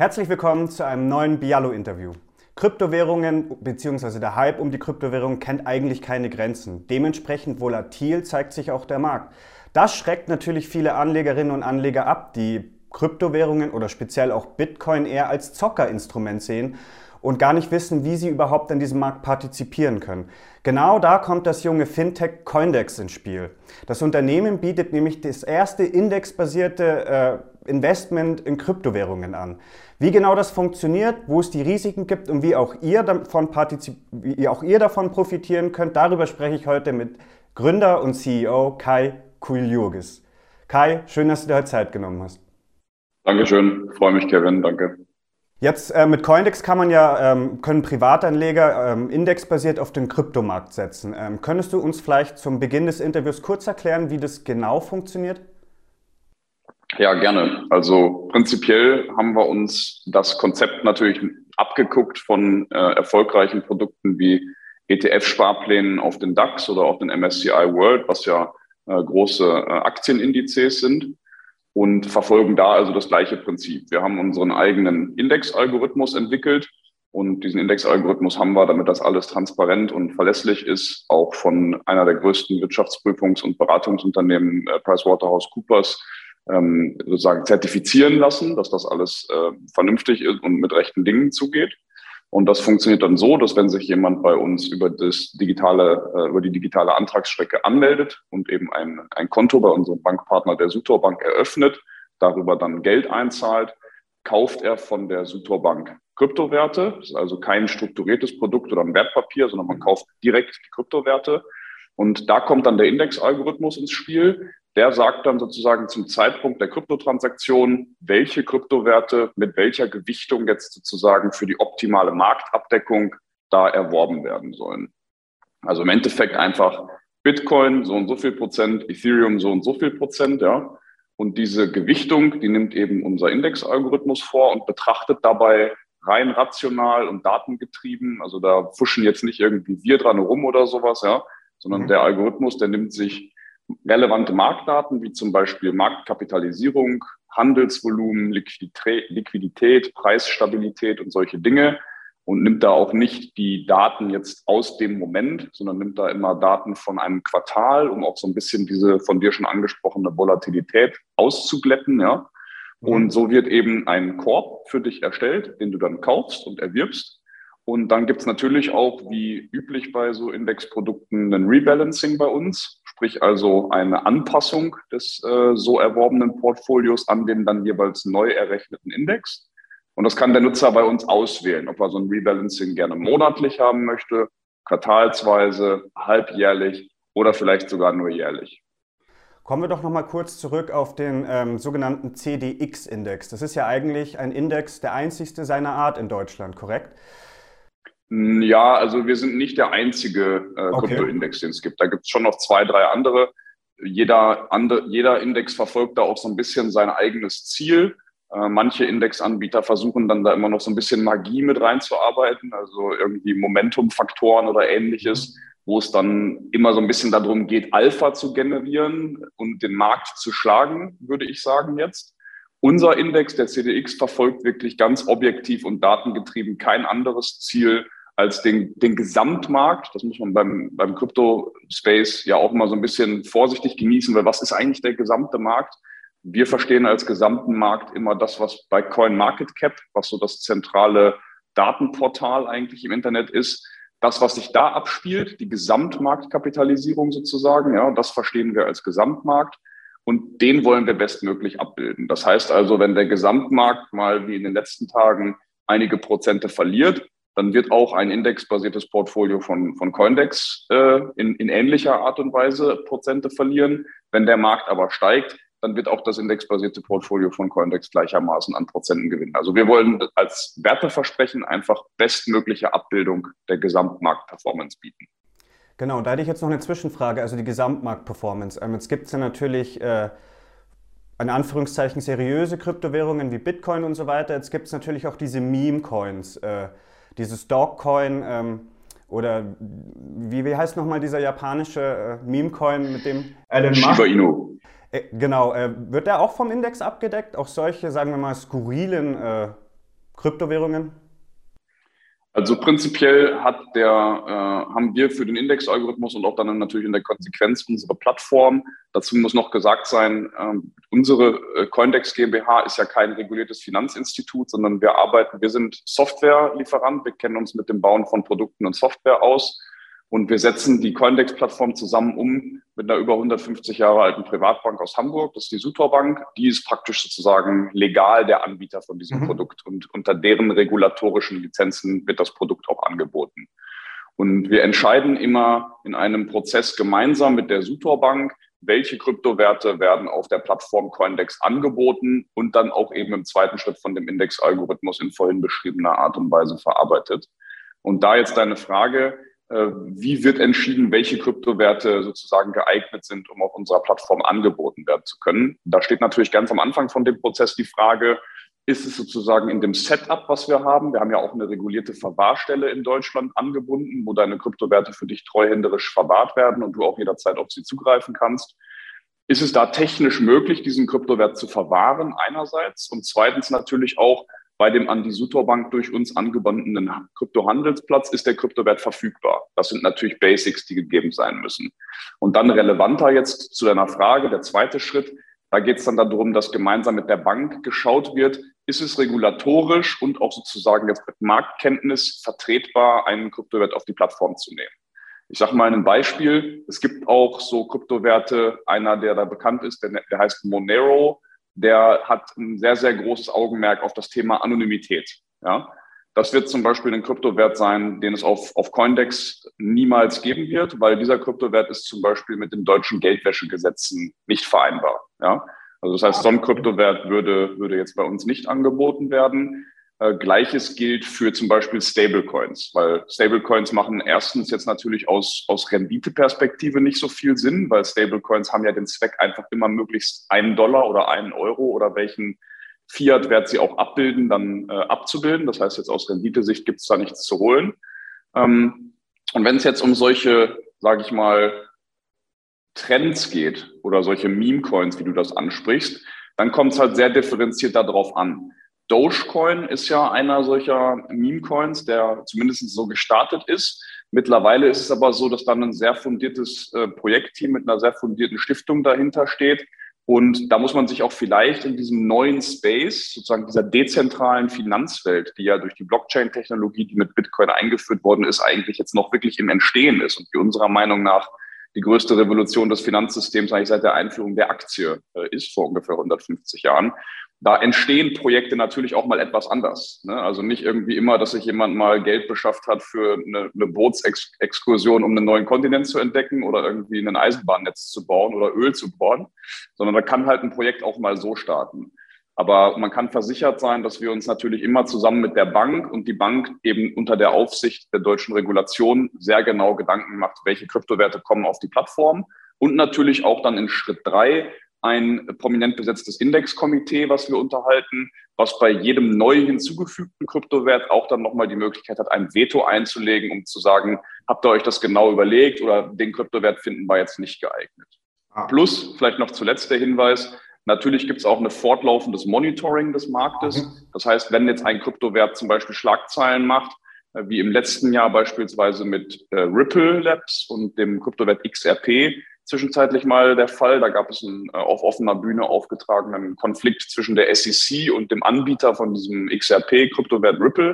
Herzlich willkommen zu einem neuen Bialo-Interview. Kryptowährungen bzw. der Hype um die Kryptowährung kennt eigentlich keine Grenzen. Dementsprechend volatil zeigt sich auch der Markt. Das schreckt natürlich viele Anlegerinnen und Anleger ab, die Kryptowährungen oder speziell auch Bitcoin eher als Zockerinstrument sehen und gar nicht wissen, wie sie überhaupt an diesem Markt partizipieren können. Genau da kommt das junge Fintech Coindex ins Spiel. Das Unternehmen bietet nämlich das erste indexbasierte Investment in Kryptowährungen an. Wie genau das funktioniert, wo es die Risiken gibt und wie auch ihr davon profitieren könnt, darüber spreche ich heute mit Gründer und CEO Kai Kouyurgis. Kai, schön, dass du dir heute Zeit genommen hast. Dankeschön, freue mich, Kevin, danke. Jetzt mit Coindex können Privatanleger indexbasiert auf den Kryptomarkt setzen. Könntest du uns vielleicht zum Beginn des Interviews kurz erklären, wie das genau funktioniert? Ja, gerne. Also prinzipiell haben wir uns das Konzept natürlich abgeguckt von erfolgreichen Produkten wie ETF-Sparplänen auf den DAX oder auf den MSCI World, was ja große Aktienindizes sind, und verfolgen da also das gleiche Prinzip. Wir haben unseren eigenen Indexalgorithmus entwickelt und diesen Indexalgorithmus haben wir, damit das alles transparent und verlässlich ist, auch von einer der größten Wirtschaftsprüfungs- und Beratungsunternehmen, PricewaterhouseCoopers, sozusagen zertifizieren lassen, dass das alles vernünftig ist und mit rechten Dingen zugeht. Und das funktioniert dann so, dass wenn sich jemand bei uns über die digitale Antragsstrecke anmeldet und eben ein Konto bei unserem Bankpartner der Sutor Bank eröffnet, darüber dann Geld einzahlt, kauft er von der Sutor Bank Kryptowerte. Das ist also kein strukturiertes Produkt oder ein Wertpapier, sondern man kauft direkt die Kryptowerte. Und da kommt dann der Indexalgorithmus ins Spiel. Der sagt dann sozusagen zum Zeitpunkt der Kryptotransaktion, welche Kryptowerte mit welcher Gewichtung jetzt sozusagen für die optimale Marktabdeckung da erworben werden sollen. Also im Endeffekt einfach Bitcoin so und so viel Prozent, Ethereum so und so viel Prozent, ja. Und diese Gewichtung, die nimmt eben unser Indexalgorithmus vor und betrachtet dabei rein rational und datengetrieben. Also da fuschen jetzt nicht irgendwie wir dran rum oder sowas, ja, sondern der Algorithmus, der nimmt sich relevante Marktdaten, wie zum Beispiel Marktkapitalisierung, Handelsvolumen, Liquidität, Preisstabilität und solche Dinge und nimmt da auch nicht die Daten jetzt aus dem Moment, sondern nimmt da immer Daten von einem Quartal, um auch so ein bisschen diese von dir schon angesprochene Volatilität auszuglätten, ja. Und so wird eben ein Korb für dich erstellt, den du dann kaufst und erwirbst. Und dann gibt's natürlich auch, wie üblich bei so Indexprodukten, ein Rebalancing bei uns, sprich also eine Anpassung des so erworbenen Portfolios an den dann jeweils neu errechneten Index. Und das kann der Nutzer bei uns auswählen, ob er so ein Rebalancing gerne monatlich haben möchte, quartalsweise, halbjährlich oder vielleicht sogar nur jährlich. Kommen wir doch noch mal kurz zurück auf den sogenannten CDX-Index. Das ist ja eigentlich ein Index, der einzigste seiner Art in Deutschland, korrekt? Ja, also wir sind nicht der einzige Kryptoindex, den es gibt. Da gibt es schon noch 2, 3 andere. Jeder Index verfolgt da auch so ein bisschen sein eigenes Ziel. Manche Indexanbieter versuchen dann da immer noch so ein bisschen Magie mit reinzuarbeiten, also irgendwie Momentumfaktoren oder ähnliches, wo es dann immer so ein bisschen darum geht, Alpha zu generieren und den Markt zu schlagen, würde ich sagen jetzt. Unser Index, der CDX, verfolgt wirklich ganz objektiv und datengetrieben kein anderes Ziel als den Gesamtmarkt. Das muss man beim Crypto-Space ja auch mal so ein bisschen vorsichtig genießen, weil was ist eigentlich der gesamte Markt? Wir verstehen als gesamten Markt immer das, was bei CoinMarketCap, was so das zentrale Datenportal eigentlich im Internet ist, das, was sich da abspielt, die Gesamtmarktkapitalisierung sozusagen, ja, das verstehen wir als Gesamtmarkt. Und den wollen wir bestmöglich abbilden. Das heißt also, wenn der Gesamtmarkt mal wie in den letzten Tagen einige Prozente verliert, dann wird auch ein indexbasiertes Portfolio von Coindex in ähnlicher Art und Weise Prozente verlieren. Wenn der Markt aber steigt, dann wird auch das indexbasierte Portfolio von Coindex gleichermaßen an Prozenten gewinnen. Also wir wollen als Werteversprechen einfach bestmögliche Abbildung der Gesamtmarktperformance bieten. Genau, da hätte ich jetzt noch eine Zwischenfrage, also die Gesamtmarktperformance. Jetzt gibt es ja natürlich in Anführungszeichen seriöse Kryptowährungen wie Bitcoin und so weiter. Jetzt gibt es natürlich auch diese Meme-Coins, dieses Dogcoin oder wie heißt nochmal dieser japanische Meme-Coin mit dem Elon Musk? Shiba Inu. Genau, wird der auch vom Index abgedeckt? Auch solche, sagen wir mal, skurrilen Kryptowährungen? Also prinzipiell haben wir für den Indexalgorithmus und auch dann natürlich in der Konsequenz unsere Plattform. Dazu muss noch gesagt sein, unsere Coindex GmbH ist ja kein reguliertes Finanzinstitut, sondern wir sind Softwarelieferant. Wir kennen uns mit dem Bauen von Produkten und Software aus. Und wir setzen die Coindex-Plattform zusammen um mit einer über 150 Jahre alten Privatbank aus Hamburg. Das ist die Sutor Bank. Die ist praktisch sozusagen legal der Anbieter von diesem Produkt. Und unter deren regulatorischen Lizenzen wird das Produkt auch angeboten. Und wir entscheiden immer in einem Prozess gemeinsam mit der Sutor Bank, welche Kryptowerte werden auf der Plattform Coindex angeboten und dann auch eben im zweiten Schritt von dem Indexalgorithmus in vorhin beschriebener Art und Weise verarbeitet. Und da jetzt deine Frage: Wie wird entschieden, welche Kryptowerte sozusagen geeignet sind, um auf unserer Plattform angeboten werden zu können? Da steht natürlich ganz am Anfang von dem Prozess die Frage, ist es sozusagen in dem Setup, was wir haben? Wir haben ja auch eine regulierte Verwahrstelle in Deutschland angebunden, wo deine Kryptowerte für dich treuhänderisch verwahrt werden und du auch jederzeit auf sie zugreifen kannst. Ist es da technisch möglich, diesen Kryptowert zu verwahren einerseits und zweitens natürlich auch, bei dem an die Sutor Bank durch uns angebundenen Kryptohandelsplatz ist der Kryptowert verfügbar. Das sind natürlich Basics, die gegeben sein müssen. Und dann relevanter jetzt zu deiner Frage, der zweite Schritt, da geht es dann darum, dass gemeinsam mit der Bank geschaut wird, ist es regulatorisch und auch sozusagen jetzt mit Marktkenntnis vertretbar, einen Kryptowert auf die Plattform zu nehmen. Ich sage mal ein Beispiel, es gibt auch so Kryptowerte, einer, der da bekannt ist, der heißt Monero. Der hat ein sehr, sehr großes Augenmerk auf das Thema Anonymität. Ja? Das wird zum Beispiel ein Kryptowert sein, den es auf Coindex niemals geben wird, weil dieser Kryptowert ist zum Beispiel mit den deutschen Geldwäschegesetzen nicht vereinbar. Ja? Also das heißt, so ein Kryptowert würde jetzt bei uns nicht angeboten werden. Gleiches gilt für zum Beispiel Stablecoins, weil Stablecoins machen erstens jetzt natürlich aus Renditeperspektive nicht so viel Sinn, weil Stablecoins haben ja den Zweck, einfach immer möglichst $1 oder €1 oder welchen Fiat-Wert sie auch abbilden, dann abzubilden. Das heißt, jetzt aus Renditesicht gibt es da nichts zu holen. Und wenn es jetzt um solche, sage ich mal, Trends geht oder solche Meme-Coins, wie du das ansprichst, dann kommt es halt sehr differenziert darauf an. Dogecoin ist ja einer solcher Meme-Coins, der zumindest so gestartet ist. Mittlerweile ist es aber so, dass dann ein sehr fundiertes Projektteam mit einer sehr fundierten Stiftung dahinter steht. Und da muss man sich auch vielleicht in diesem neuen Space, sozusagen dieser dezentralen Finanzwelt, die ja durch die Blockchain-Technologie, die mit Bitcoin eingeführt worden ist, eigentlich jetzt noch wirklich im Entstehen ist und die unserer Meinung nach die größte Revolution des Finanzsystems eigentlich seit der Einführung der Aktie ist, vor ungefähr 150 Jahren. Da entstehen Projekte natürlich auch mal etwas anders. Ne? Also nicht irgendwie immer, dass sich jemand mal Geld beschafft hat für eine Bootsexkursion, um einen neuen Kontinent zu entdecken oder irgendwie ein Eisenbahnnetz zu bauen oder Öl zu bohren, sondern da kann halt ein Projekt auch mal so starten. Aber man kann versichert sein, dass wir uns natürlich immer zusammen mit der Bank und die Bank eben unter der Aufsicht der deutschen Regulation sehr genau Gedanken macht, welche Kryptowerte kommen auf die Plattform und natürlich auch dann in Schritt 3 ein prominent besetztes Indexkomitee, was wir unterhalten, was bei jedem neu hinzugefügten Kryptowert auch dann nochmal die Möglichkeit hat, ein Veto einzulegen, um zu sagen, habt ihr euch das genau überlegt oder den Kryptowert finden wir jetzt nicht geeignet. Plus, vielleicht noch zuletzt der Hinweis, natürlich gibt es auch ein fortlaufendes Monitoring des Marktes. Das heißt, wenn jetzt ein Kryptowert zum Beispiel Schlagzeilen macht, wie im letzten Jahr beispielsweise mit Ripple Labs und dem Kryptowert XRP, zwischenzeitlich mal der Fall. Da gab es einen auf offener Bühne aufgetragenen Konflikt zwischen der SEC und dem Anbieter von diesem XRP-Kryptowert Ripple.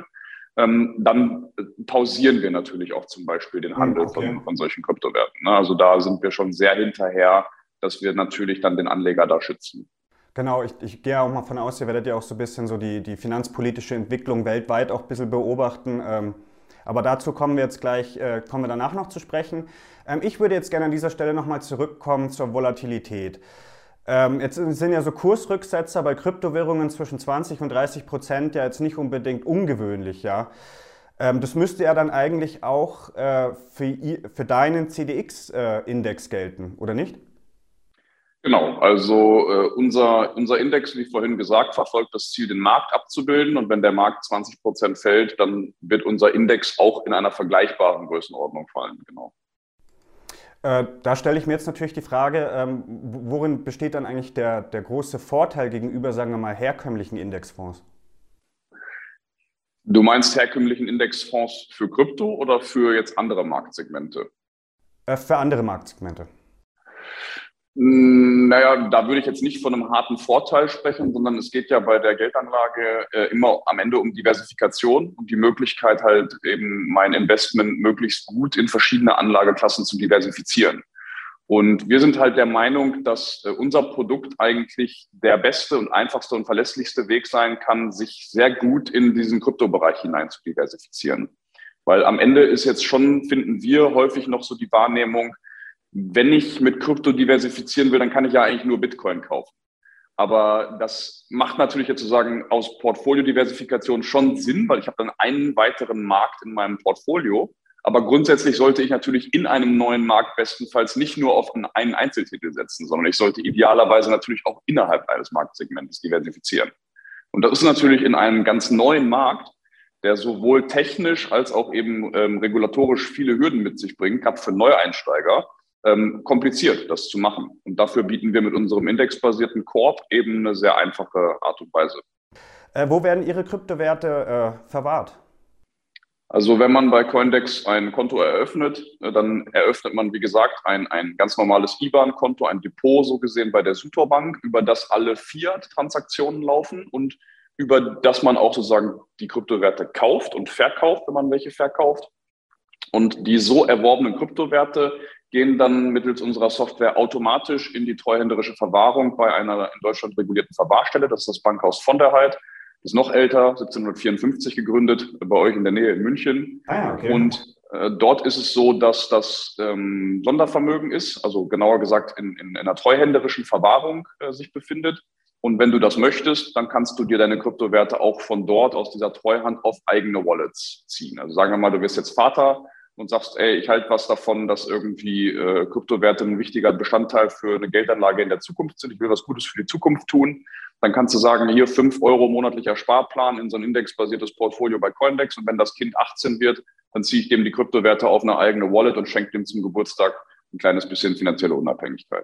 Dann pausieren wir natürlich auch zum Beispiel den Handel von solchen Kryptowerten. Also da sind wir schon sehr hinterher, dass wir natürlich dann den Anleger da schützen. Genau, ich gehe auch mal von aus, ihr werdet ja auch so ein bisschen so die finanzpolitische Entwicklung weltweit auch ein bisschen beobachten. Aber dazu kommen wir jetzt gleich, kommen wir danach noch zu sprechen. Ich würde jetzt gerne an dieser Stelle nochmal zurückkommen zur Volatilität. Jetzt sind ja so Kursrücksetzer bei Kryptowährungen zwischen 20% und 30% ja jetzt nicht unbedingt ungewöhnlich, ja. Das müsste ja dann eigentlich auch für deinen CDX-Index gelten, oder nicht? Genau, also unser Index, wie vorhin gesagt, verfolgt das Ziel, den Markt abzubilden. Und wenn der Markt 20% fällt, dann wird unser Index auch in einer vergleichbaren Größenordnung fallen. Genau. Da stelle ich mir jetzt natürlich die Frage, worin besteht dann eigentlich der große Vorteil gegenüber, sagen wir mal, herkömmlichen Indexfonds? Du meinst herkömmlichen Indexfonds für Krypto oder für jetzt andere Marktsegmente? Für andere Marktsegmente. Naja, da würde ich jetzt nicht von einem harten Vorteil sprechen, sondern es geht ja bei der Geldanlage immer am Ende um Diversifikation und die Möglichkeit halt eben mein Investment möglichst gut in verschiedene Anlageklassen zu diversifizieren. Und wir sind halt der Meinung, dass unser Produkt eigentlich der beste und einfachste und verlässlichste Weg sein kann, sich sehr gut in diesen Kryptobereich hinein zu diversifizieren. Weil am Ende ist jetzt schon, finden wir, häufig noch so die Wahrnehmung, wenn ich mit Krypto diversifizieren will, dann kann ich ja eigentlich nur Bitcoin kaufen. Aber das macht natürlich jetzt sozusagen aus Portfoliodiversifikation schon Sinn, weil ich habe dann einen weiteren Markt in meinem Portfolio. Aber grundsätzlich sollte ich natürlich in einem neuen Markt bestenfalls nicht nur auf einen Einzeltitel setzen, sondern ich sollte idealerweise natürlich auch innerhalb eines Marktsegments diversifizieren. Und das ist natürlich in einem ganz neuen Markt, der sowohl technisch als auch eben regulatorisch viele Hürden mit sich bringt, gerade für Neueinsteiger, kompliziert, das zu machen. Und dafür bieten wir mit unserem indexbasierten Corp eben eine sehr einfache Art und Weise. Wo werden Ihre Kryptowerte verwahrt? Also wenn man bei Coindex ein Konto eröffnet, dann eröffnet man, wie gesagt, ein ganz normales IBAN-Konto, ein Depot so gesehen bei der Sutor Bank, über das alle Fiat-Transaktionen laufen und über das man auch sozusagen die Kryptowerte kauft und verkauft, wenn man welche verkauft. Und die so erworbenen Kryptowerte gehen dann mittels unserer Software automatisch in die treuhänderische Verwahrung bei einer in Deutschland regulierten Verwahrstelle. Das ist das Bankhaus von der Heid. Das ist noch älter, 1754 gegründet, bei euch in der Nähe in München. Okay. Und dort ist es so, dass das Sondervermögen ist, also genauer gesagt in einer treuhänderischen Verwahrung sich befindet. Und wenn du das möchtest, dann kannst du dir deine Kryptowerte auch von dort aus dieser Treuhand auf eigene Wallets ziehen. Also sagen wir mal, du bist jetzt Vater und sagst, ey, ich halte was davon, dass irgendwie Kryptowerte ein wichtiger Bestandteil für eine Geldanlage in der Zukunft sind. Ich will was Gutes für die Zukunft tun. Dann kannst du sagen, hier 5 Euro monatlicher Sparplan in so ein indexbasiertes Portfolio bei Coindex. Und wenn das Kind 18 wird, dann ziehe ich dem die Kryptowerte auf eine eigene Wallet und schenke dem zum Geburtstag ein kleines bisschen finanzielle Unabhängigkeit.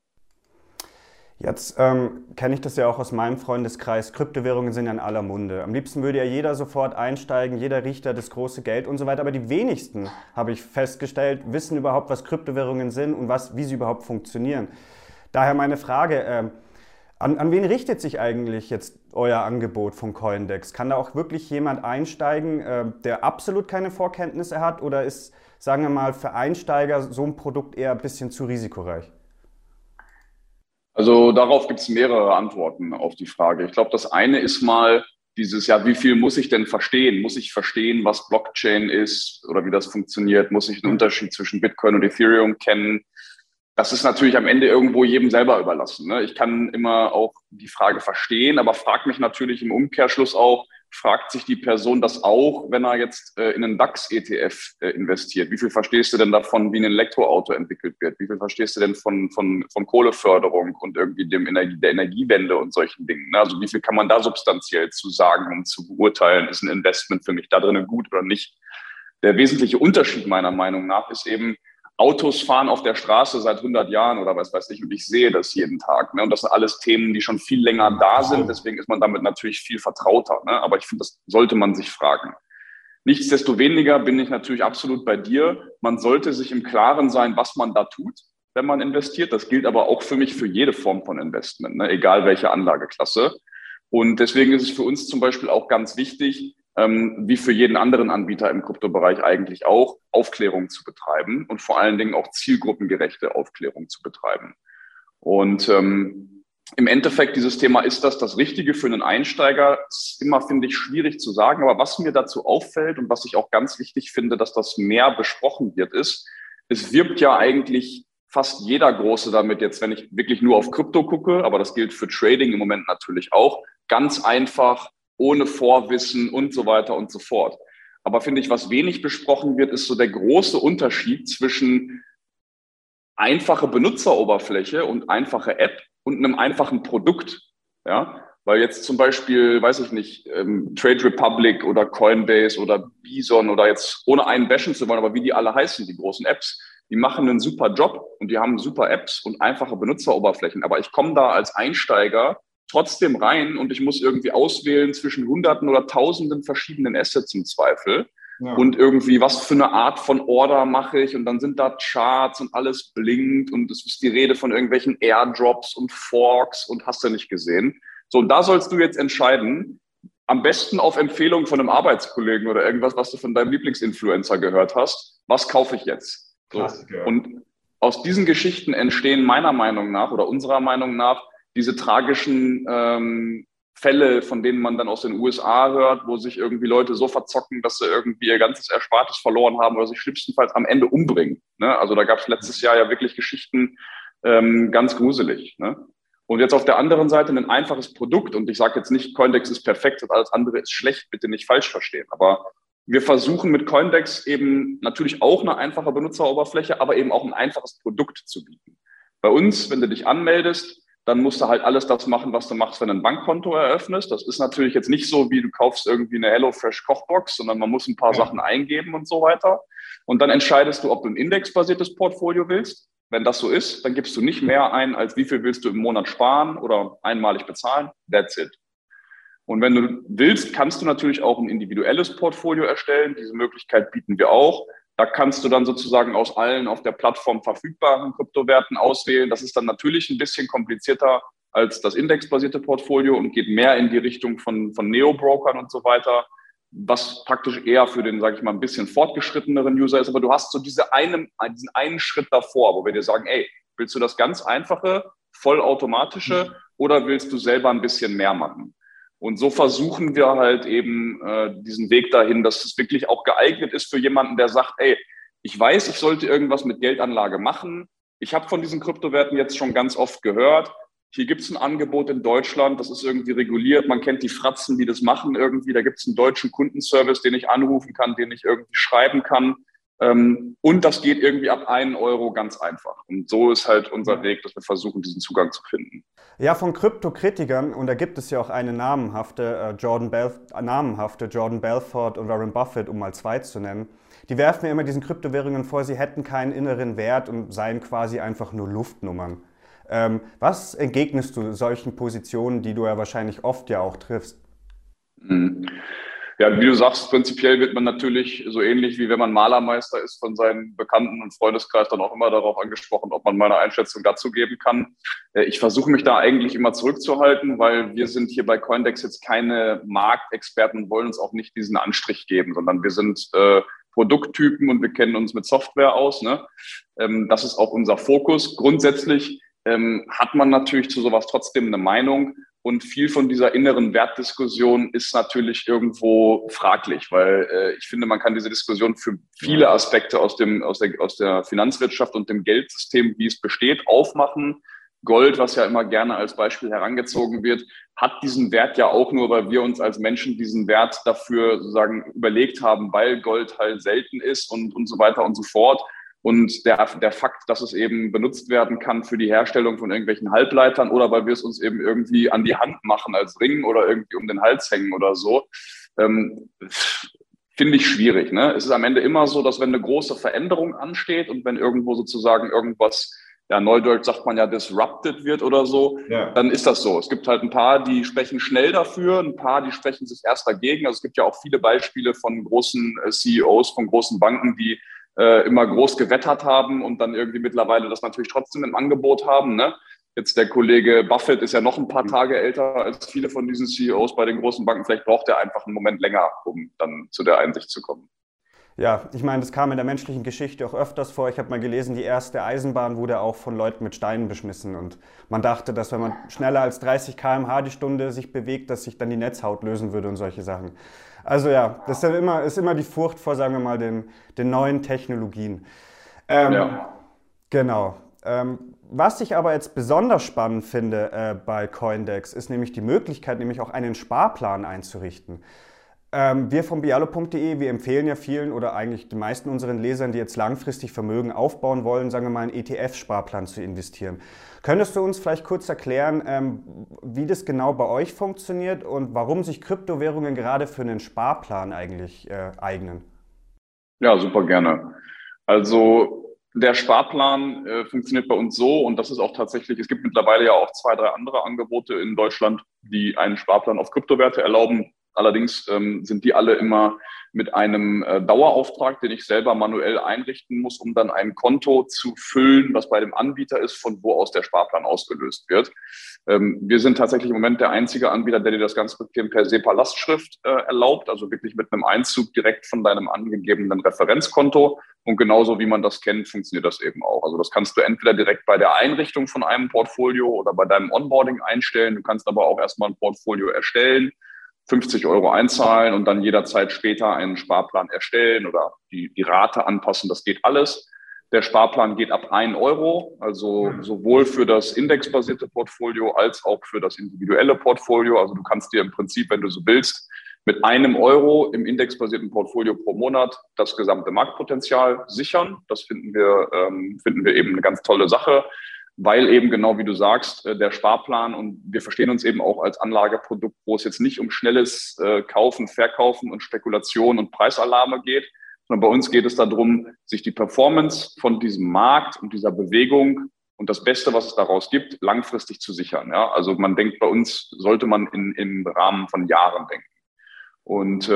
Jetzt kenne ich das ja auch aus meinem Freundeskreis. Kryptowährungen sind ja in aller Munde. Am liebsten würde ja jeder sofort einsteigen, jeder riecht da das große Geld und so weiter. Aber die wenigsten, habe ich festgestellt, wissen überhaupt, was Kryptowährungen sind und wie sie überhaupt funktionieren. Daher meine Frage, an wen richtet sich eigentlich jetzt euer Angebot von Coindex? Kann da auch wirklich jemand einsteigen, der absolut keine Vorkenntnisse hat? Oder ist, sagen wir mal, für Einsteiger so ein Produkt eher ein bisschen zu risikoreich? Also darauf gibt es mehrere Antworten auf die Frage. Ich glaube, das eine ist mal dieses, ja, wie viel muss ich denn verstehen? Muss ich verstehen, was Blockchain ist oder wie das funktioniert? Muss ich den Unterschied zwischen Bitcoin und Ethereum kennen? Das ist natürlich am Ende irgendwo jedem selber überlassen. Ne? Ich kann immer auch die Frage verstehen, aber frage mich natürlich im Umkehrschluss auch, fragt sich die Person das auch, wenn er jetzt in einen DAX-ETF investiert? Wie viel verstehst du denn davon, wie ein Elektroauto entwickelt wird? Wie viel verstehst du denn von Kohleförderung und irgendwie der Energiewende und solchen Dingen? Ne? Also wie viel kann man da substanziell zu sagen, um zu beurteilen, ist ein Investment für mich da drinnen gut oder nicht? Der wesentliche Unterschied meiner Meinung nach ist eben, Autos fahren auf der Straße seit 100 Jahren oder was weiß ich und ich sehe das jeden Tag. Ne? Und das sind alles Themen, die schon viel länger da sind. Deswegen ist man damit natürlich viel vertrauter. Ne? Aber ich finde, das sollte man sich fragen. Nichtsdestoweniger bin ich natürlich absolut bei dir. Man sollte sich im Klaren sein, was man da tut, wenn man investiert. Das gilt aber auch für mich für jede Form von Investment, ne? Egal welche Anlageklasse. Und deswegen ist es für uns zum Beispiel auch ganz wichtig, wie für jeden anderen Anbieter im Kryptobereich eigentlich auch, Aufklärung zu betreiben und vor allen Dingen auch zielgruppengerechte Aufklärung zu betreiben. Und im Endeffekt, dieses Thema, ist das Richtige für einen Einsteiger? Ist immer, finde ich, schwierig zu sagen. Aber was mir dazu auffällt und was ich auch ganz wichtig finde, dass das mehr besprochen wird, ist, es wirbt ja eigentlich fast jeder Große damit jetzt, wenn ich wirklich nur auf Krypto gucke, aber das gilt für Trading im Moment natürlich auch, ganz einfach, ohne Vorwissen und so weiter und so fort. Aber finde ich, was wenig besprochen wird, ist so der große Unterschied zwischen einfache Benutzeroberfläche und einfache App und einem einfachen Produkt. Ja, weil jetzt zum Beispiel, weiß ich nicht, Trade Republic oder Coinbase oder Bison oder jetzt ohne einen bashen zu wollen, aber wie die alle heißen, die großen Apps, die machen einen super Job und die haben super Apps und einfache Benutzeroberflächen. Aber ich komme da als Einsteiger trotzdem rein und ich muss irgendwie auswählen zwischen Hunderten oder Tausenden verschiedenen Assets im Zweifel. Ja. Und irgendwie, was für eine Art von Order mache ich? Und dann sind da Charts und alles blinkt und es ist die Rede von irgendwelchen Airdrops und Forks und hast du nicht gesehen. So, und da sollst du jetzt entscheiden, am besten auf Empfehlung von einem Arbeitskollegen oder irgendwas, was du von deinem Lieblingsinfluencer gehört hast. Was kaufe ich jetzt? So. Klassiker. Und aus diesen Geschichten entstehen meiner Meinung nach oder unserer Meinung nach diese tragischen Fälle, von denen man dann aus den USA hört, wo sich irgendwie Leute so verzocken, dass sie irgendwie ihr ganzes Erspartes verloren haben oder sich schlimmstenfalls am Ende umbringen. Ne? Also da gab es letztes Jahr ja wirklich Geschichten, ganz gruselig. Ne? Und jetzt auf der anderen Seite ein einfaches Produkt. Und ich sage jetzt nicht, Coindex ist perfekt und alles andere ist schlecht, bitte nicht falsch verstehen. Aber wir versuchen mit Coindex eben natürlich auch eine einfache Benutzeroberfläche, aber eben auch ein einfaches Produkt zu bieten. Bei uns, wenn du dich anmeldest, dann musst du halt alles das machen, was du machst, wenn du ein Bankkonto eröffnest. Das ist natürlich jetzt nicht so, wie du kaufst irgendwie eine HelloFresh Kochbox, sondern man muss ein paar Sachen eingeben und so weiter. Und dann entscheidest du, ob du ein indexbasiertes Portfolio willst. Wenn das so ist, dann gibst du nicht mehr ein, als wie viel willst du im Monat sparen oder einmalig bezahlen. That's it. Und wenn du willst, kannst du natürlich auch ein individuelles Portfolio erstellen. Diese Möglichkeit bieten wir auch. Da kannst du dann sozusagen aus allen auf der Plattform verfügbaren Kryptowerten auswählen. Das ist dann natürlich ein bisschen komplizierter als das indexbasierte Portfolio und geht mehr in die Richtung von Neo-Brokern und so weiter, was praktisch eher für den, sage ich mal, ein bisschen fortgeschritteneren User ist. Aber du hast so diesen einen Schritt davor, wo wir dir sagen, ey, willst du das ganz einfache, vollautomatische oder willst du selber ein bisschen mehr machen? Und so versuchen wir halt eben diesen Weg dahin, dass es wirklich auch geeignet ist für jemanden, der sagt, ey, ich weiß, ich sollte irgendwas mit Geldanlage machen. Ich habe von diesen Kryptowerten jetzt schon ganz oft gehört. Hier gibt es ein Angebot in Deutschland, das ist irgendwie reguliert. Man kennt die Fratzen, die das machen irgendwie. Da gibt es einen deutschen Kundenservice, den ich anrufen kann, den ich irgendwie schreiben kann. Und das geht irgendwie ab 1 Euro ganz einfach. Und so ist halt unser Weg, dass wir versuchen, diesen Zugang zu finden. Ja, von Kryptokritikern, und da gibt es ja auch eine namhafte Jordan Belfort und Warren Buffett, um mal 2 zu nennen, die werfen ja immer diesen Kryptowährungen vor, sie hätten keinen inneren Wert und seien quasi einfach nur Luftnummern. Was entgegnest du solchen Positionen, die du ja wahrscheinlich oft ja auch triffst? Ja, wie du sagst, prinzipiell wird man natürlich so ähnlich wie wenn man Malermeister ist von seinen Bekannten und Freundeskreis dann auch immer darauf angesprochen, ob man meine Einschätzung dazu geben kann. Ich versuche mich da eigentlich immer zurückzuhalten, weil wir sind hier bei Coindex jetzt keine Marktexperten und wollen uns auch nicht diesen Anstrich geben, sondern wir sind Produkttypen und wir kennen uns mit Software aus. Ne? Das ist auch unser Fokus. Grundsätzlich hat man natürlich zu sowas trotzdem eine Meinung. Und viel von dieser inneren Wertdiskussion ist natürlich irgendwo fraglich, weil ich finde, man kann diese Diskussion für viele Aspekte aus der Finanzwirtschaft und dem Geldsystem, wie es besteht, aufmachen. Gold, was ja immer gerne als Beispiel herangezogen wird, hat diesen Wert ja auch nur, weil wir uns als Menschen diesen Wert dafür sozusagen überlegt haben, weil Gold halt selten ist und so weiter und so fort. Und der Fakt, dass es eben benutzt werden kann für die Herstellung von irgendwelchen Halbleitern oder weil wir es uns eben irgendwie an die Hand machen als Ring oder irgendwie um den Hals hängen oder so, finde ich schwierig. Ne? Es ist am Ende immer so, dass wenn eine große Veränderung ansteht und wenn irgendwo sozusagen irgendwas, ja, neudeutsch sagt man ja, disrupted wird oder so, dann ist das so. Es gibt halt ein paar, die sprechen schnell dafür, ein paar, die sprechen sich erst dagegen. Also es gibt ja auch viele Beispiele von großen CEOs, von großen Banken, die immer groß gewettert haben und dann irgendwie mittlerweile das natürlich trotzdem im Angebot haben. Ne? Jetzt der Kollege Buffett ist ja noch ein paar Tage älter als viele von diesen CEOs bei den großen Banken. Vielleicht braucht er einfach einen Moment länger, um dann zu der Einsicht zu kommen. Ja, ich meine, das kam in der menschlichen Geschichte auch öfters vor. Ich habe mal gelesen, die erste Eisenbahn wurde auch von Leuten mit Steinen beschmissen. Und man dachte, dass wenn man schneller als 30 km/h die Stunde sich bewegt, dass sich dann die Netzhaut lösen würde und solche Sachen. Also ja, das ist immer die Furcht vor, sagen wir mal, den neuen Technologien. Genau. Was ich aber jetzt besonders spannend finde bei Coindex, ist nämlich die Möglichkeit, nämlich auch einen Sparplan einzurichten. Wir von bialo.de, wir empfehlen ja vielen oder eigentlich den meisten unseren Lesern, die jetzt langfristig Vermögen aufbauen wollen, sagen wir mal, einen ETF-Sparplan zu investieren. Könntest du uns vielleicht kurz erklären, wie das genau bei euch funktioniert und warum sich Kryptowährungen gerade für einen Sparplan eigentlich eignen? Ja, super gerne. Also Der Sparplan funktioniert bei uns so, und das ist auch tatsächlich, es gibt mittlerweile ja auch 2, 3 andere Angebote in Deutschland, die einen Sparplan auf Kryptowerte erlauben. Allerdings sind die alle immer mit einem Dauerauftrag, den ich selber manuell einrichten muss, um dann ein Konto zu füllen, was bei dem Anbieter ist, von wo aus der Sparplan ausgelöst wird. Wir sind tatsächlich im Moment der einzige Anbieter, der dir das ganze System per SEPA-Lastschrift erlaubt, also wirklich mit einem Einzug direkt von deinem angegebenen Referenzkonto. Und genauso wie man das kennt, funktioniert das eben auch. Also das kannst du entweder direkt bei der Einrichtung von einem Portfolio oder bei deinem Onboarding einstellen. Du kannst aber auch erstmal ein Portfolio erstellen, 50 € einzahlen und dann jederzeit später einen Sparplan erstellen oder die Rate anpassen. Das geht alles. Der Sparplan geht ab 1 €, also sowohl für das indexbasierte Portfolio als auch für das individuelle Portfolio. Also du kannst dir im Prinzip, wenn du so willst, mit 1 € im indexbasierten Portfolio pro Monat das gesamte Marktpotenzial sichern. Das finden wir eben eine ganz tolle Sache, weil eben genau wie du sagst, der Sparplan, und wir verstehen uns eben auch als Anlageprodukt, wo es jetzt nicht um schnelles Kaufen, Verkaufen und Spekulation und Preisalarme geht, sondern bei uns geht es darum, sich die Performance von diesem Markt und dieser Bewegung und das Beste, was es daraus gibt, langfristig zu sichern. Ja? Also man denkt, bei uns sollte man im Rahmen von Jahren denken. Und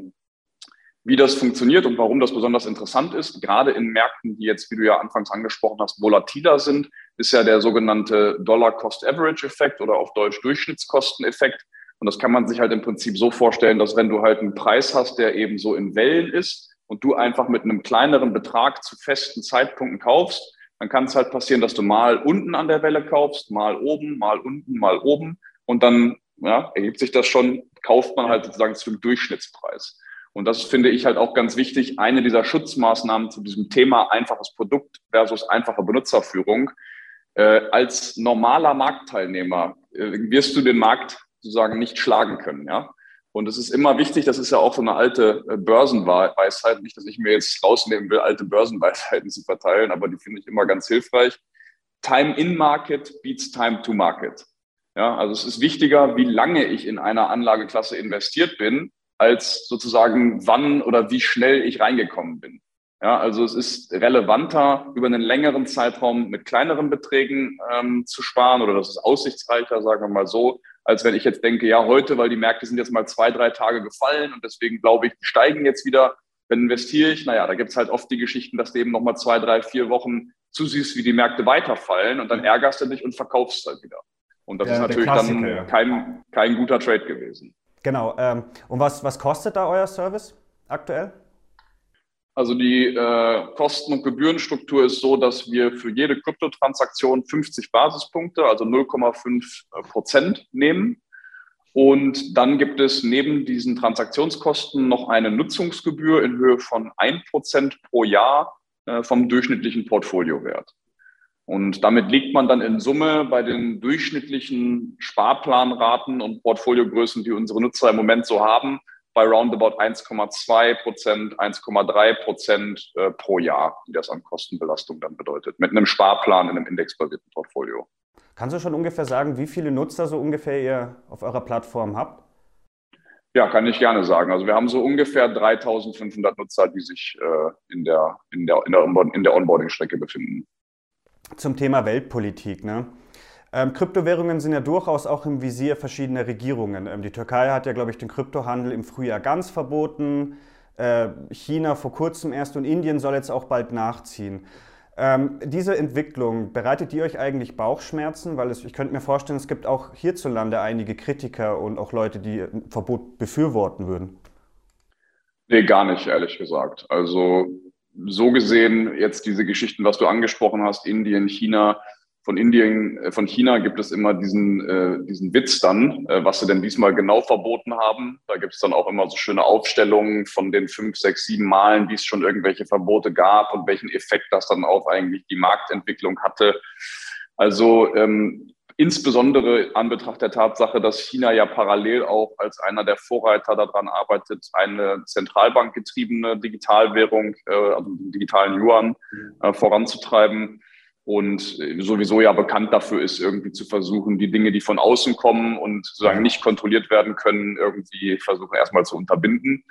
wie das funktioniert und warum das besonders interessant ist, gerade in Märkten, die jetzt, wie du ja anfangs angesprochen hast, volatiler sind, ist ja der sogenannte Dollar-Cost-Average-Effekt oder auf Deutsch Durchschnittskosteneffekt. Und das kann man sich halt im Prinzip so vorstellen, dass wenn du halt einen Preis hast, der eben so in Wellen ist und du einfach mit einem kleineren Betrag zu festen Zeitpunkten kaufst, dann kann es halt passieren, dass du mal unten an der Welle kaufst, mal oben, mal unten, mal oben, und dann ergibt sich das schon, kauft man halt sozusagen zu dem Durchschnittspreis. Und das finde ich halt auch ganz wichtig, eine dieser Schutzmaßnahmen zu diesem Thema einfaches Produkt versus einfache Benutzerführung. Als normaler Marktteilnehmer wirst du den Markt sozusagen nicht schlagen können. Ja? Und es ist immer wichtig, das ist ja auch so eine alte Börsenweisheit, nicht, dass ich mir jetzt rausnehmen will, alte Börsenweisheiten zu verteilen, aber die finde ich immer ganz hilfreich. Time in Market beats time to Market. Ja, also es ist wichtiger, wie lange ich in einer Anlageklasse investiert bin, als sozusagen wann oder wie schnell ich reingekommen bin. Ja, also es ist relevanter, über einen längeren Zeitraum mit kleineren Beträgen zu sparen, oder das ist aussichtsreicher, sagen wir mal so, als wenn ich jetzt denke, ja, heute, weil die Märkte sind jetzt mal 2, 3 Tage gefallen und deswegen glaube ich, die steigen jetzt wieder. Dann investiere ich, naja, da gibt es halt oft die Geschichten, dass du eben nochmal 2, 3, 4 Wochen zusiehst, wie die Märkte weiterfallen, und dann ärgerst du dich und verkaufst halt wieder. Und das ist natürlich dann kein guter Trade gewesen. Genau. Und was kostet da euer Service aktuell? Also die Kosten- und Gebührenstruktur ist so, dass wir für jede Kryptotransaktion 50 Basispunkte, also 0,5% nehmen. Und dann gibt es neben diesen Transaktionskosten noch eine Nutzungsgebühr in Höhe von 1% pro Jahr vom durchschnittlichen Portfoliowert. Und damit liegt man dann in Summe bei den durchschnittlichen Sparplanraten und Portfoliogrößen, die unsere Nutzer im Moment so haben, bei roundabout 1,2%, 1,3% pro Jahr, die das an Kostenbelastung dann bedeutet, mit einem Sparplan in einem indexbasierten Portfolio. Kannst du schon ungefähr sagen, wie viele Nutzer so ungefähr ihr auf eurer Plattform habt? Ja, kann ich gerne sagen. Also wir haben so ungefähr 3.500 Nutzer, die sich in der Onboarding-Strecke befinden. Zum Thema Weltpolitik, ne? Kryptowährungen sind ja durchaus auch im Visier verschiedener Regierungen. Die Türkei hat ja, glaube ich, den Kryptohandel im Frühjahr ganz verboten. China vor kurzem erst, und Indien soll jetzt auch bald nachziehen. Diese Entwicklung, bereitet die euch eigentlich Bauchschmerzen? Weil ich könnte mir vorstellen, es gibt auch hierzulande einige Kritiker und auch Leute, die ein Verbot befürworten würden. Nee, gar nicht, ehrlich gesagt. Also so gesehen jetzt diese Geschichten, was du angesprochen hast, Indien, China. Von China gibt es immer diesen Witz dann, was sie denn diesmal genau verboten haben. Da gibt es dann auch immer so schöne Aufstellungen von den 5, 6, 7 Malen, wie es schon irgendwelche Verbote gab und welchen Effekt das dann auf eigentlich die Marktentwicklung hatte. Also insbesondere an Betracht der Tatsache, dass China ja parallel auch als einer der Vorreiter daran arbeitet, eine zentralbankgetriebene Digitalwährung, also den digitalen Yuan, voranzutreiben. Und sowieso ja bekannt dafür ist, irgendwie zu versuchen, die Dinge, die von außen kommen und sozusagen nicht kontrolliert werden können, irgendwie versuchen erstmal zu unterbinden.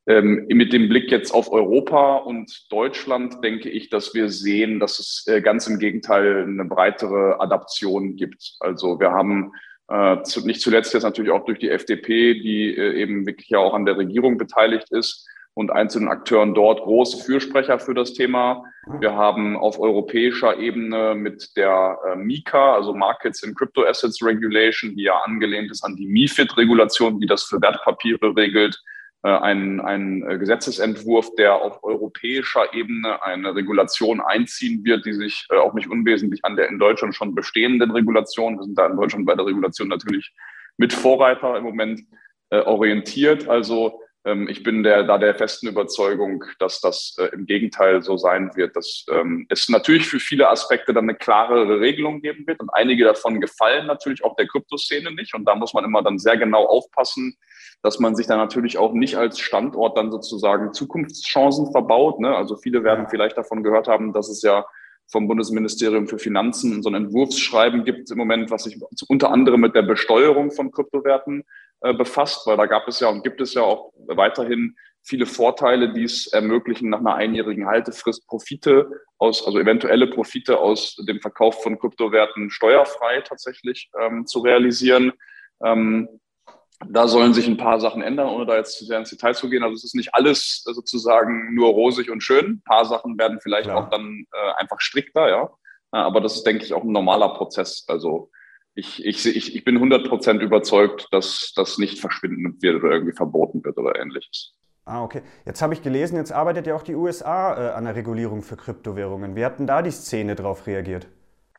Mit dem Blick jetzt auf Europa und Deutschland denke ich, dass wir sehen, dass es ganz im Gegenteil eine breitere Adaption gibt. Also wir haben nicht zuletzt jetzt natürlich auch durch die FDP, die eben wirklich ja auch an der Regierung beteiligt ist und einzelnen Akteuren dort große Fürsprecher für das Thema. Wir haben auf europäischer Ebene mit der MiCA, also Markets in Crypto Assets Regulation, die ja angelehnt ist an die MiFID-Regulation, die das für Wertpapiere regelt, ein Gesetzesentwurf, der auf europäischer Ebene eine Regulation einziehen wird, die sich auch nicht unwesentlich an der in Deutschland schon bestehenden Regulation, wir sind da in Deutschland bei der Regulation natürlich mit Vorreiter im Moment orientiert. Also ich bin der festen Überzeugung, dass das im Gegenteil so sein wird, dass es natürlich für viele Aspekte dann eine klarere Regelung geben wird und einige davon gefallen natürlich auch der Kryptoszene nicht und da muss man immer dann sehr genau aufpassen, dass man sich dann natürlich auch nicht als Standort dann sozusagen Zukunftschancen verbaut. Ne? Also viele werden vielleicht davon gehört haben, dass es ja vom Bundesministerium für Finanzen so ein Entwurfsschreiben gibt im Moment, was sich unter anderem mit der Besteuerung von Kryptowerten befasst, weil da gab es ja und gibt es ja auch weiterhin viele Vorteile, die es ermöglichen, nach einer einjährigen Haltefrist also eventuelle Profite aus dem Verkauf von Kryptowerten steuerfrei tatsächlich zu realisieren. Da sollen sich ein paar Sachen ändern, ohne da jetzt zu sehr ins Detail zu gehen. Also es ist nicht alles sozusagen nur rosig und schön. Ein paar Sachen werden vielleicht auch dann einfach strikter, ja. Aber das ist, denke ich, auch ein normaler Prozess. Also ich bin 100% überzeugt, dass das nicht verschwinden wird oder irgendwie verboten wird oder Ähnliches. Ah, okay. Jetzt habe ich gelesen, jetzt arbeitet ja auch die USA an der Regulierung für Kryptowährungen. Wie hat denn da die Szene drauf reagiert?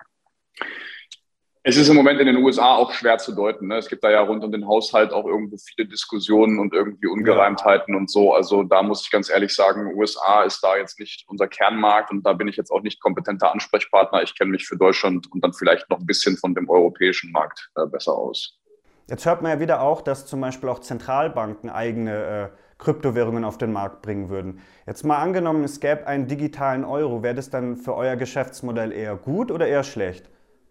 Es ist im Moment in den USA auch schwer zu deuten. Ne? Es gibt da ja rund um den Haushalt auch irgendwo viele Diskussionen und irgendwie Ungereimtheiten und so. Also da muss ich ganz ehrlich sagen, USA ist da jetzt nicht unser Kernmarkt und da bin ich jetzt auch nicht kompetenter Ansprechpartner. Ich kenne mich für Deutschland und dann vielleicht noch ein bisschen von dem europäischen Markt besser aus. Jetzt hört man ja wieder auch, dass zum Beispiel auch Zentralbanken eigene Kryptowährungen auf den Markt bringen würden. Jetzt mal angenommen, es gäbe einen digitalen Euro. Wäre das dann für euer Geschäftsmodell eher gut oder eher schlecht?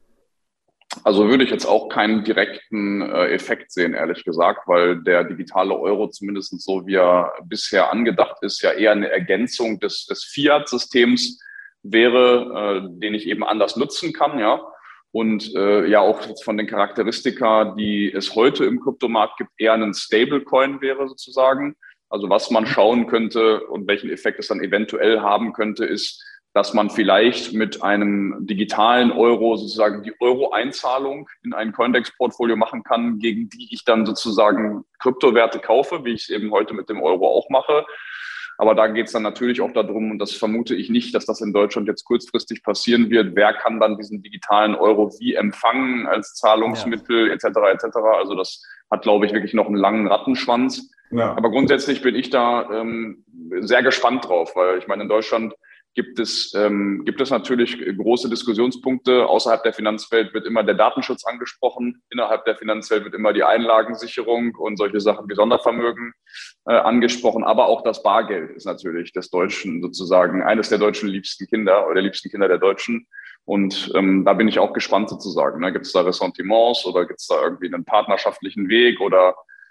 Also würde ich jetzt auch keinen direkten Effekt sehen, ehrlich gesagt, weil der digitale Euro zumindest so, wie er bisher angedacht ist, ja eher eine Ergänzung des Fiat-Systems wäre, den ich eben anders nutzen kann, ja. Und ja auch von den Charakteristika, die es heute im Kryptomarkt gibt, eher ein Stablecoin wäre sozusagen. Also was man schauen könnte und welchen Effekt es dann eventuell haben könnte, ist, dass man vielleicht mit einem digitalen Euro sozusagen die Euro-Einzahlung in ein Coindex-Portfolio machen kann, gegen die ich dann sozusagen Kryptowerte kaufe, wie ich es eben heute mit dem Euro auch mache. Aber da geht es dann natürlich auch darum, und das vermute ich nicht, dass das in Deutschland jetzt kurzfristig passieren wird, wer kann dann diesen digitalen Euro wie empfangen als Zahlungsmittel etc. etc. Also das hat, glaube ich, wirklich noch einen langen Rattenschwanz. Ja. Aber grundsätzlich bin ich da sehr gespannt drauf, weil ich meine, in Deutschland gibt es natürlich große Diskussionspunkte. Außerhalb der Finanzwelt wird immer der Datenschutz angesprochen. Innerhalb der Finanzwelt wird immer die Einlagensicherung und solche Sachen wie Sondervermögen angesprochen. Aber auch das Bargeld ist natürlich des Deutschen sozusagen eines der deutschen liebsten Kinder oder der liebsten Kinder der Deutschen. Und da bin ich auch gespannt sozusagen. Ne? Gibt es da Ressentiments oder gibt es da irgendwie einen partnerschaftlichen Weg oder.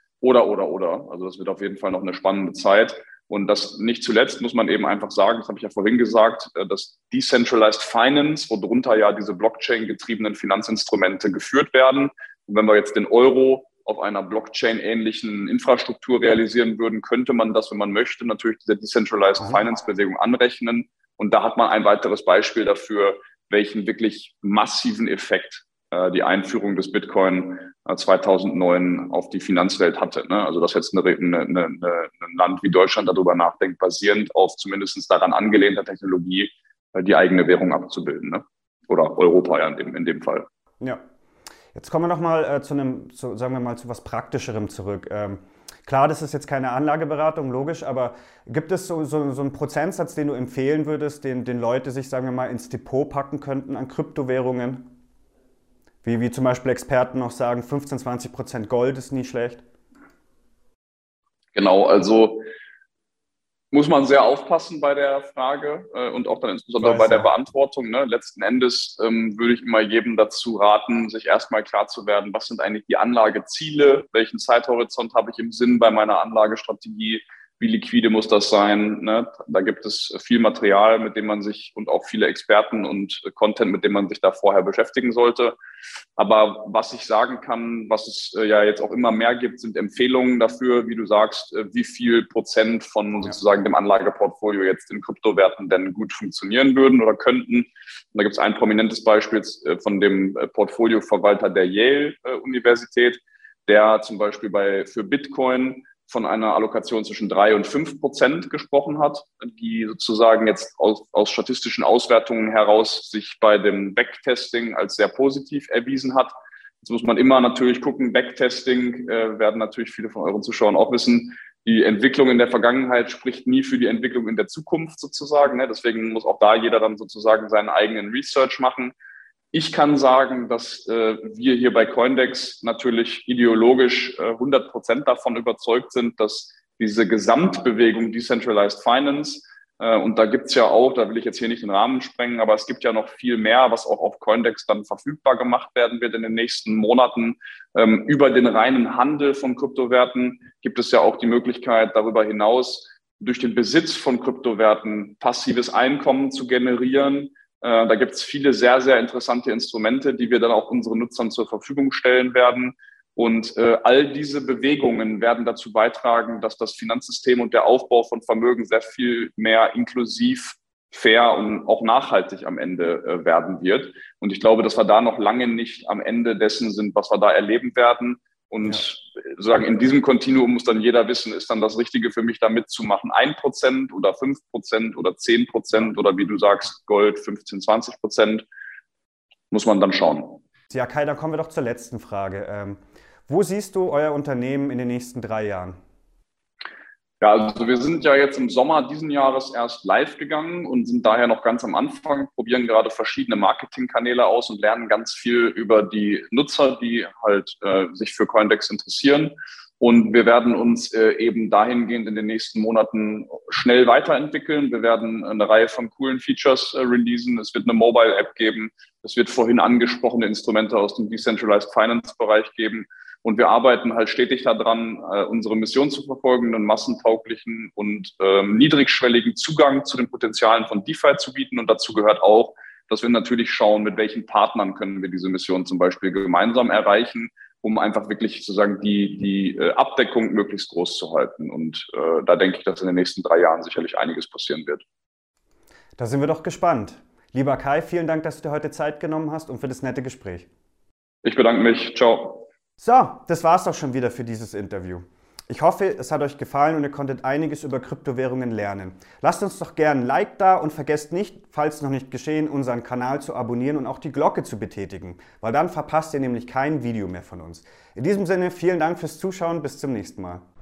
Also das wird auf jeden Fall noch eine spannende Zeit. Und das nicht zuletzt muss man eben einfach sagen, das habe ich ja vorhin gesagt, dass Decentralized Finance, worunter ja diese Blockchain-getriebenen Finanzinstrumente geführt werden. Und wenn wir jetzt den Euro auf einer Blockchain-ähnlichen Infrastruktur realisieren würden, könnte man das, wenn man möchte, natürlich dieser Decentralized Finance-Bewegung anrechnen. Und da hat man ein weiteres Beispiel dafür, welchen wirklich massiven Effekt die Einführung des Bitcoin 2009 auf die Finanzwelt hatte. Ne? Also dass jetzt ein Land wie Deutschland darüber nachdenkt, basierend auf zumindest daran angelehnter Technologie die eigene Währung abzubilden. Ne? Oder Europa ja in dem Fall. Ja. Jetzt kommen wir nochmal sagen wir mal, zu was Praktischerem zurück. Klar, das ist jetzt keine Anlageberatung, logisch, aber gibt es so einen Prozentsatz, den du empfehlen würdest, den Leute sich, sagen wir mal, ins Depot packen könnten an Kryptowährungen? Wie zum Beispiel Experten auch sagen, 15-20% Gold ist nie schlecht. Genau, also muss man sehr aufpassen bei der Frage und auch dann insbesondere bei der Beantwortung. Ne? Letzten Endes würde ich immer jedem dazu raten, sich erstmal klar zu werden, was sind eigentlich die Anlageziele, welchen Zeithorizont habe ich im Sinn bei meiner Anlagestrategie, wie liquide muss das sein. Ne? Da gibt es viel Material, mit dem man sich und auch viele Experten und Content, mit dem man sich da vorher beschäftigen sollte. Aber was ich sagen kann, was es ja jetzt auch immer mehr gibt, sind Empfehlungen dafür, wie du sagst, wie viel Prozent von sozusagen dem Anlageportfolio jetzt in Kryptowerten denn gut funktionieren würden oder könnten. Und da gibt es ein prominentes Beispiel von dem Portfolioverwalter der Yale-Universität, der zum Beispiel für Bitcoin von einer Allokation zwischen 3 und 5% gesprochen hat, die sozusagen jetzt aus statistischen Auswertungen heraus sich bei dem Backtesting als sehr positiv erwiesen hat. Jetzt muss man immer natürlich gucken, Backtesting werden natürlich viele von euren Zuschauern auch wissen, die Entwicklung in der Vergangenheit spricht nie für die Entwicklung in der Zukunft sozusagen. Ne? Deswegen muss auch da jeder dann sozusagen seinen eigenen Research machen. Ich kann sagen, dass wir hier bei Coindex natürlich ideologisch 100% davon überzeugt sind, dass diese Gesamtbewegung Decentralized Finance, und da gibt's ja auch, da will ich jetzt hier nicht den Rahmen sprengen, aber es gibt ja noch viel mehr, was auch auf Coindex dann verfügbar gemacht werden wird in den nächsten Monaten. Über den reinen Handel von Kryptowerten gibt es ja auch die Möglichkeit, darüber hinaus durch den Besitz von Kryptowerten passives Einkommen zu generieren. Da gibt es viele sehr, sehr interessante Instrumente, die wir dann auch unseren Nutzern zur Verfügung stellen werden. Und all diese Bewegungen werden dazu beitragen, dass das Finanzsystem und der Aufbau von Vermögen sehr viel mehr inklusiv, fair und auch nachhaltig am Ende werden wird. Und ich glaube, dass wir da noch lange nicht am Ende dessen sind, was wir da erleben werden. Und sozusagen in diesem Kontinuum muss dann jeder wissen, ist dann das Richtige für mich da mitzumachen, 1% oder 5% oder 10% oder wie du sagst, Gold 15, 20%, muss man dann schauen. Ja, Kai, dann kommen wir doch zur letzten Frage. Wo siehst du euer Unternehmen in den nächsten 3 Jahren? Ja, also wir sind ja jetzt im Sommer diesen Jahres erst live gegangen und sind daher noch ganz am Anfang, probieren gerade verschiedene Marketingkanäle aus und lernen ganz viel über die Nutzer, die halt sich für Coindex interessieren. Und wir werden uns eben dahingehend in den nächsten Monaten schnell weiterentwickeln. Wir werden eine Reihe von coolen Features releasen. Es wird eine Mobile-App geben. Es wird vorhin angesprochene Instrumente aus dem Decentralized Finance-Bereich geben. Und wir arbeiten halt stetig daran, unsere Mission zu verfolgen, einen massentauglichen und niedrigschwelligen Zugang zu den Potenzialen von DeFi zu bieten. Und dazu gehört auch, dass wir natürlich schauen, mit welchen Partnern können wir diese Mission zum Beispiel gemeinsam erreichen, um einfach wirklich sozusagen die Abdeckung möglichst groß zu halten. Und da denke ich, dass in den nächsten 3 Jahren sicherlich einiges passieren wird. Da sind wir doch gespannt. Lieber Kai, vielen Dank, dass du dir heute Zeit genommen hast und für das nette Gespräch. Ich bedanke mich. Ciao. So, das war's doch schon wieder für dieses Interview. Ich hoffe, es hat euch gefallen und ihr konntet einiges über Kryptowährungen lernen. Lasst uns doch gerne ein Like da und vergesst nicht, falls noch nicht geschehen, unseren Kanal zu abonnieren und auch die Glocke zu betätigen, weil dann verpasst ihr nämlich kein Video mehr von uns. In diesem Sinne, vielen Dank fürs Zuschauen, bis zum nächsten Mal.